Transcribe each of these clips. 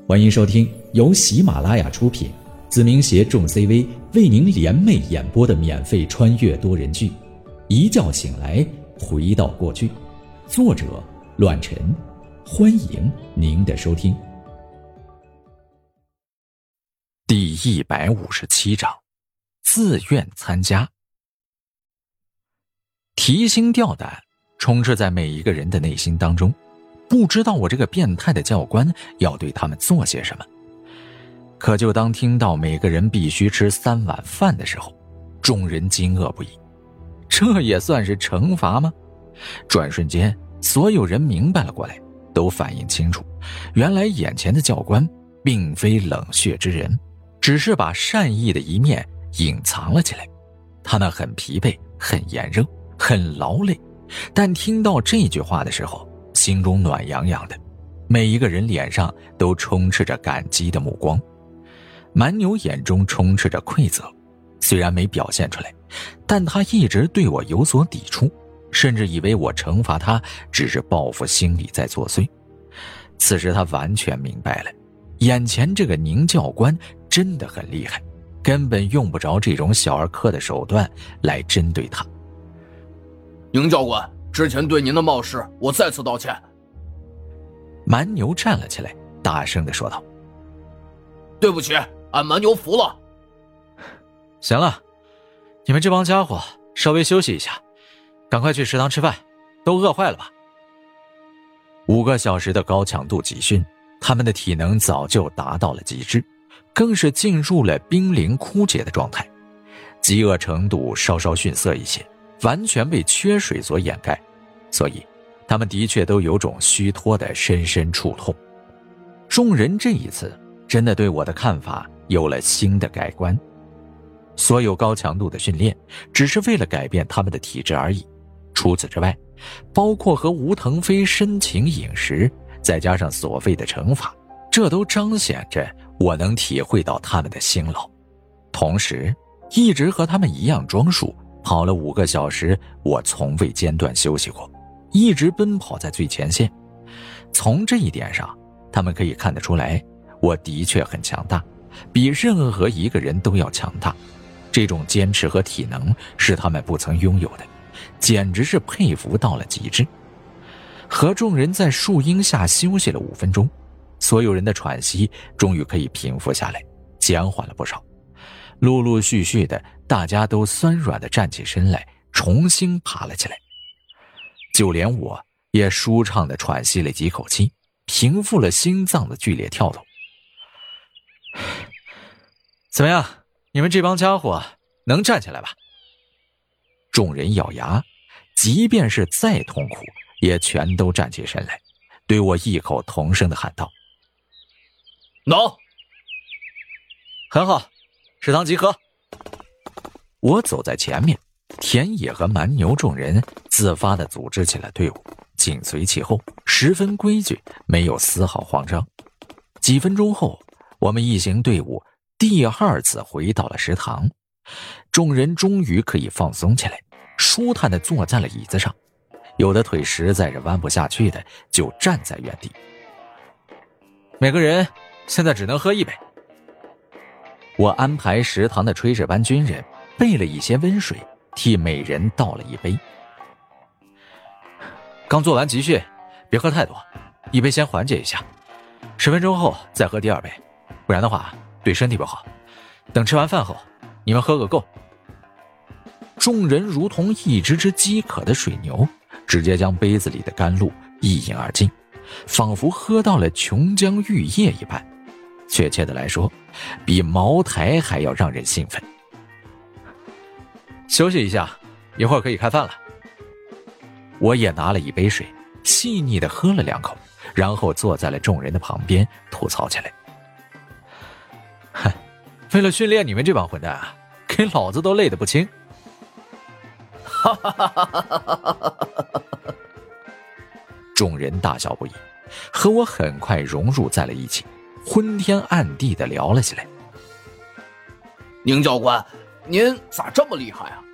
欢迎收听由喜马拉雅出品，子明携众 CV 为您联袂演播的免费穿越多人剧《一觉醒来回到过去》，作者乱臣。欢迎您的收听。 第157章，自愿参加。提心吊胆充斥在每一个人的内心当中，不知道我这个变态的教官要对他们做些什么。可就当听到每个人必须吃3碗饭的时候，众人惊愕不已。这也算是惩罚吗？转瞬间，所有人明白了过来，都反应清楚，原来眼前的教官并非冷血之人，只是把善意的一面隐藏了起来。他那很疲惫，很炎热，很劳累，但听到这句话的时候，心中暖洋洋的，每一个人脸上都充斥着感激的目光。蛮牛眼中充斥着愧责，虽然没表现出来，但他一直对我有所抵触，甚至以为我惩罚他只是报复心理在作祟。此时他完全明白了，眼前这个宁教官真的很厉害，根本用不着这种小儿科的手段来针对他。 宁教官，之前对您的冒失我再次道歉。 蛮牛站了起来，大声地说道： 对不起，俺蛮牛服了。 行了，你们这帮家伙稍微休息一下，赶快去食堂吃饭，都饿坏了吧。5个小时的高强度集训，他们的体能早就达到了极致，更是进入了濒临枯竭的状态，饥饿程度稍稍逊色一些，完全被缺水所掩盖，所以他们的确都有种虚脱的深深触痛。众人这一次真的对我的看法有了新的改观。所有高强度的训练只是为了改变他们的体质而已，除此之外，包括和吴腾飞深情饮食，再加上所谓的惩罚，这都彰显着我能体会到他们的辛劳。同时一直和他们一样装束跑了5个小时，我从未间断休息过，一直奔跑在最前线。从这一点上，他们可以看得出来，我的确很强大，比任何一个人都要强大。这种坚持和体能是他们不曾拥有的，简直是佩服到了极致。和众人在树荫下休息了5分钟，所有人的喘息终于可以平复下来，减缓了不少。陆陆续续的，大家都酸软的站起身来，重新爬了起来。就连我也舒畅的喘息了几口气，平复了心脏的剧烈跳动。怎么样，你们这帮家伙能站起来吧？众人咬牙，即便是再痛苦，也全都站起身来，对我异口同声地喊道： 能。 很好，食堂集合。我走在前面，田野和蛮牛众人自发地组织起了队伍，紧随其后，十分规矩，没有丝毫慌张。几分钟后，我们一行队伍第2次回到了食堂，众人终于可以放松起来，舒坦地坐在了椅子上，有的腿实在是弯不下去的，就站在原地。每个人现在只能喝1杯。我安排食堂的炊事班军人备了一些温水，替每人倒了1杯。刚做完集训，别喝太多，1杯先缓解一下，10分钟后再喝第2杯，不然的话对身体不好。等吃完饭后，你们喝个够。众人如同一只只饥渴的水牛，直接将杯子里的甘露一饮而尽，仿佛喝到了琼浆玉液一般。确切的来说，比茅台还要让人兴奋。休息一下，一会儿可以开饭了。我也拿了1杯水，细腻地喝了2口，然后坐在了众人的旁边吐槽起来。哼，为了训练你们这帮混蛋啊，给老子都累得不轻。 哈哈哈哈哈哈！ 众人大笑不已，和我很快融入在了一起，昏天暗地地聊了起来。 宁教官，您咋这么厉害啊？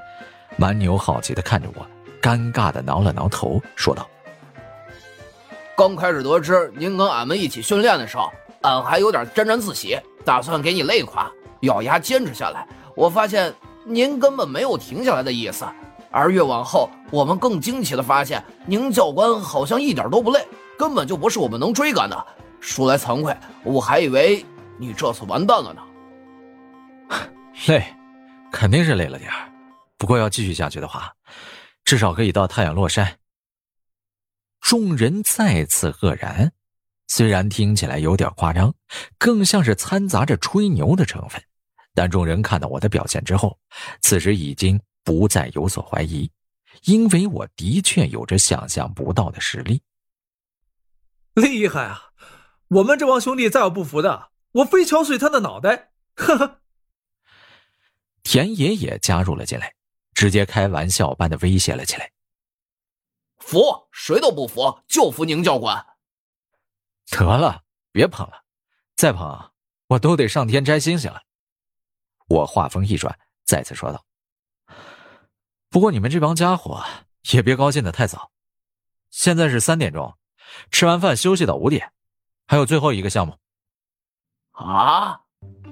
蛮牛好奇地看着我，尴尬地挠了挠头，说道： 刚开始得知您跟俺们一起训练的时候，俺还有点沾沾自喜，打算给你累垮，咬牙坚持下来。我发现您根本没有停下来的意思，而越往后，我们更惊奇的发现，宁教官好像一点都不累，根本就不是我们能追赶的。说来惭愧，我还以为你这次完蛋了呢。 累，肯定是累了点儿，不过要继续下去的话，至少可以到太阳落山。众人再次愕然，虽然听起来有点夸张，更像是掺杂着吹牛的成分，但众人看到我的表现之后，此时已经不再有所怀疑，因为我的确有着想象不到的实力。 厉害啊！我们这帮兄弟再有不服的，我非敲碎他的脑袋！呵呵。 田野也加入了进来，直接开玩笑般的威胁了起来。 服，谁都不服，就服宁教官。 得了，别捧了，再捧我都得上天摘星星了。我话锋一转，再次说道。不过你们这帮家伙也别高兴得太早，现在是3点钟，吃完饭休息到5点，还有最后一个项目。 啊！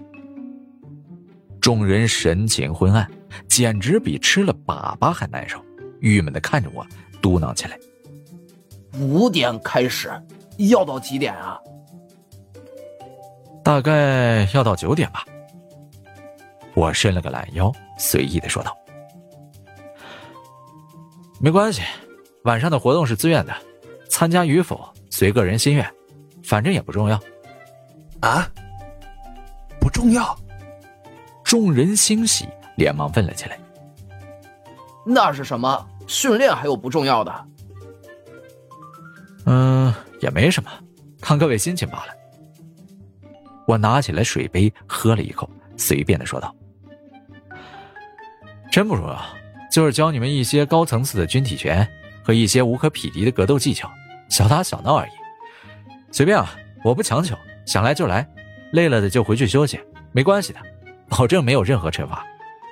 众人神情昏暗，简直比吃了粑粑还难受，郁闷地看着我，嘟囔起来 ：5点开始，要到几点啊？ 大概要到9点吧。我伸了个懒腰，随意地说道。没关系，晚上的活动是自愿的，参加与否随个人心愿，反正也不重要。 啊？不重要？ 众人欣喜，连忙问了起来。 那是什么？训练还有不重要的？ 也没什么，看各位心情罢了。我拿起了水杯喝了一口，随便地说道。真不重要，就是教你们一些高层次的军体拳和一些无可匹敌的格斗技巧，小打小闹而已。随便啊，我不强求，想来就来，累了的就回去休息，没关系的，保证没有任何惩罚。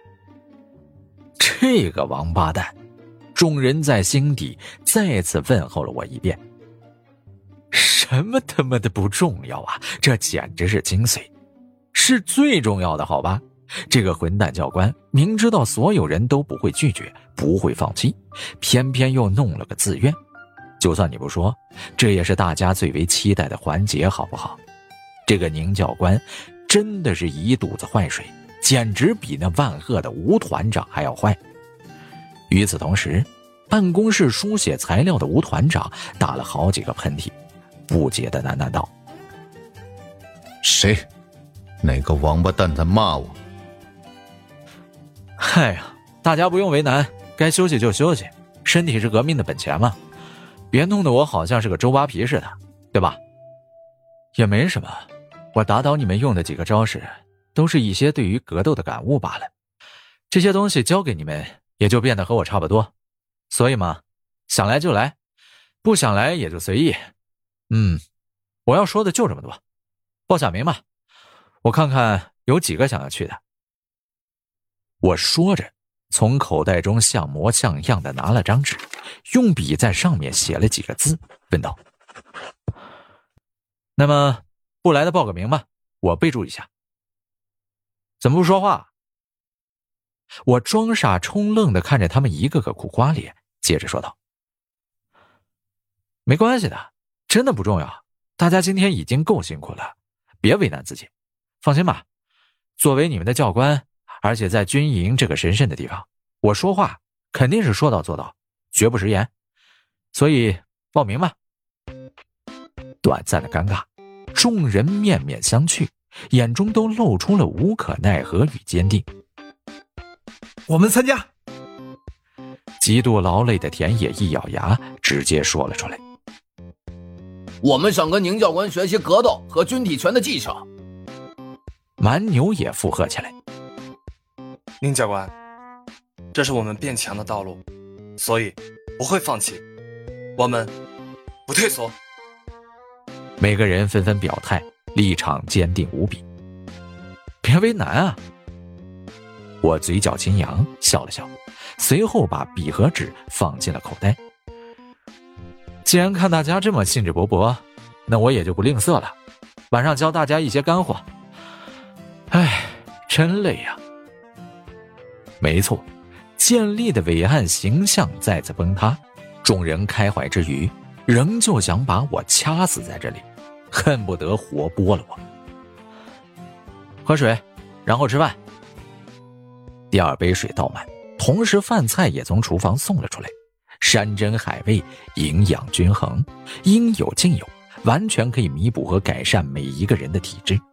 这个王八蛋，众人在心底再次问候了我一遍。什么他妈的不重要啊，这简直是精髓，是最重要的好吧。这个混蛋教官明知道所有人都不会拒绝，不会放弃，偏偏又弄了个自愿。就算你不说，这也是大家最为期待的环节好不好？这个宁教官真的是一肚子坏水，简直比那万恶的吴团长还要坏。与此同时，办公室书写材料的吴团长打了好几个喷嚏，不解地喃喃道： 谁？哪个王八蛋在骂我？ 哎呀，大家不用为难，该休息就休息，身体是革命的本钱嘛，别弄得我好像是个周扒皮似的，对吧？也没什么，我打倒你们用的几个招式，都是一些对于格斗的感悟罢了，这些东西教给你们，也就变得和我差不多。所以嘛，想来就来，不想来也就随意。我要说的就这么多，报下名吧，我看看有几个想要去的。我说着，从口袋中像模像样的拿了张纸，用笔在上面写了几个字，问道：那么不来的报个名吧，我备注一下。怎么不说话？我装傻充愣地看着他们一个个苦瓜脸，接着说道：没关系的，真的不重要，大家今天已经够辛苦了，别为难自己。放心吧，作为你们的教官，而且在军营这个神圣的地方，我说话肯定是说到做到，绝不食言。所以报名吧。短暂的尴尬，众人面面相觑，眼中都露出了无可奈何与坚定。 我们参加。 极度劳累的田野一咬牙，直接说了出来： 我们想跟宁教官学习格斗和军体拳的技巧。 蛮牛也附和起来： 宁教官，这是我们变强的道路，所以不会放弃，我们不退缩。 每个人纷纷表态，立场坚定无比。别为难啊！我嘴角轻扬，笑了笑，随后把笔和纸放进了口袋。 既然看大家这么兴致勃勃，那我也就不吝啬了，晚上教大家一些干货。唉，真累呀。没错，建立的伟岸形象再次崩塌，众人开怀之余，仍旧想把我掐死在这里，恨不得活剥了我。喝水，然后吃饭。第二杯水倒满，同时饭菜也从厨房送了出来，山珍海味，营养均衡，应有尽有，完全可以弥补和改善每一个人的体质。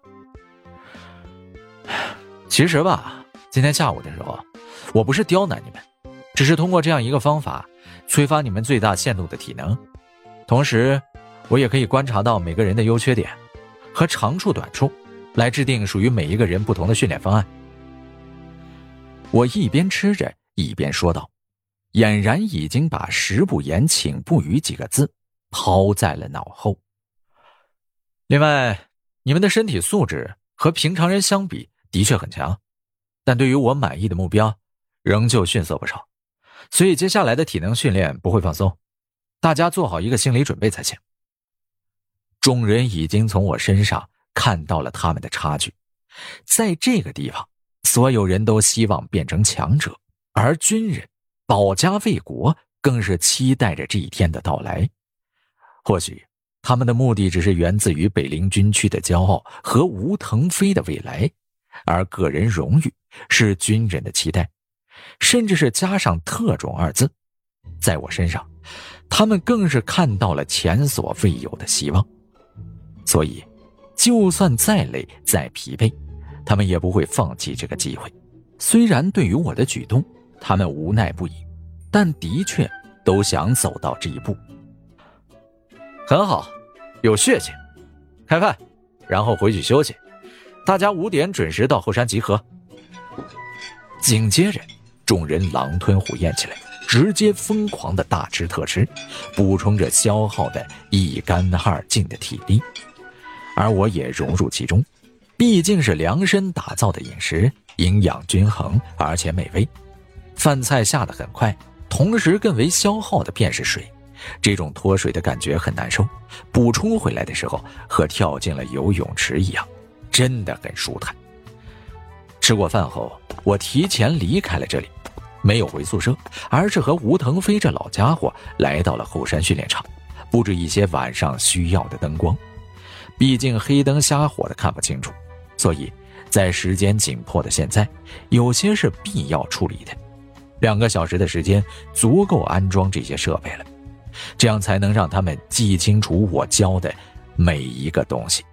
其实吧，今天下午的时候，我不是刁难你们，只是通过这样一个方法催发你们最大限度的体能，同时我也可以观察到每个人的优缺点和长处短处，来制定属于每一个人不同的训练方案。我一边吃着一边说道，俨然已经把食不言寝不语几个字抛在了脑后。另外，你们的身体素质和平常人相比的确很强，但对于我满意的目标仍旧逊色不少，所以接下来的体能训练不会放松，大家做好一个心理准备才行。众人已经从我身上看到了他们的差距，在这个地方，所有人都希望变成强者，而军人保家卫国更是期待着这一天的到来。或许他们的目的只是源自于北陵军区的骄傲和吴腾飞的未来，而个人荣誉是军人的期待，甚至是加上特种二字。在我身上，他们更是看到了前所未有的希望。所以就算再累再疲惫，他们也不会放弃这个机会。虽然对于我的举动他们无奈不已，但的确都想走到这一步。很好，有血性。开饭，然后回去休息，大家5点准时到后山集合。紧接着众人狼吞虎咽起来，直接疯狂的大吃特吃，补充着消耗的一干二净的体力。而我也融入其中，毕竟是量身打造的饮食，营养均衡而且美味。饭菜下得很快，同时更为消耗的便是水，这种脱水的感觉很难受，补充回来的时候和跳进了游泳池一样，真的很舒坦。吃过饭后，我提前离开了这里，没有回宿舍，而是和吴腾飞这老家伙来到了后山训练场，布置一些晚上需要的灯光。毕竟黑灯瞎火的看不清楚，所以在时间紧迫的现在，有些是必要处理的。2个小时的时间足够安装这些设备了，这样才能让他们记清楚我教的每一个东西。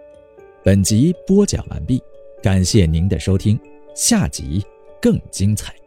本集播讲完毕，感谢您的收听，下集更精彩。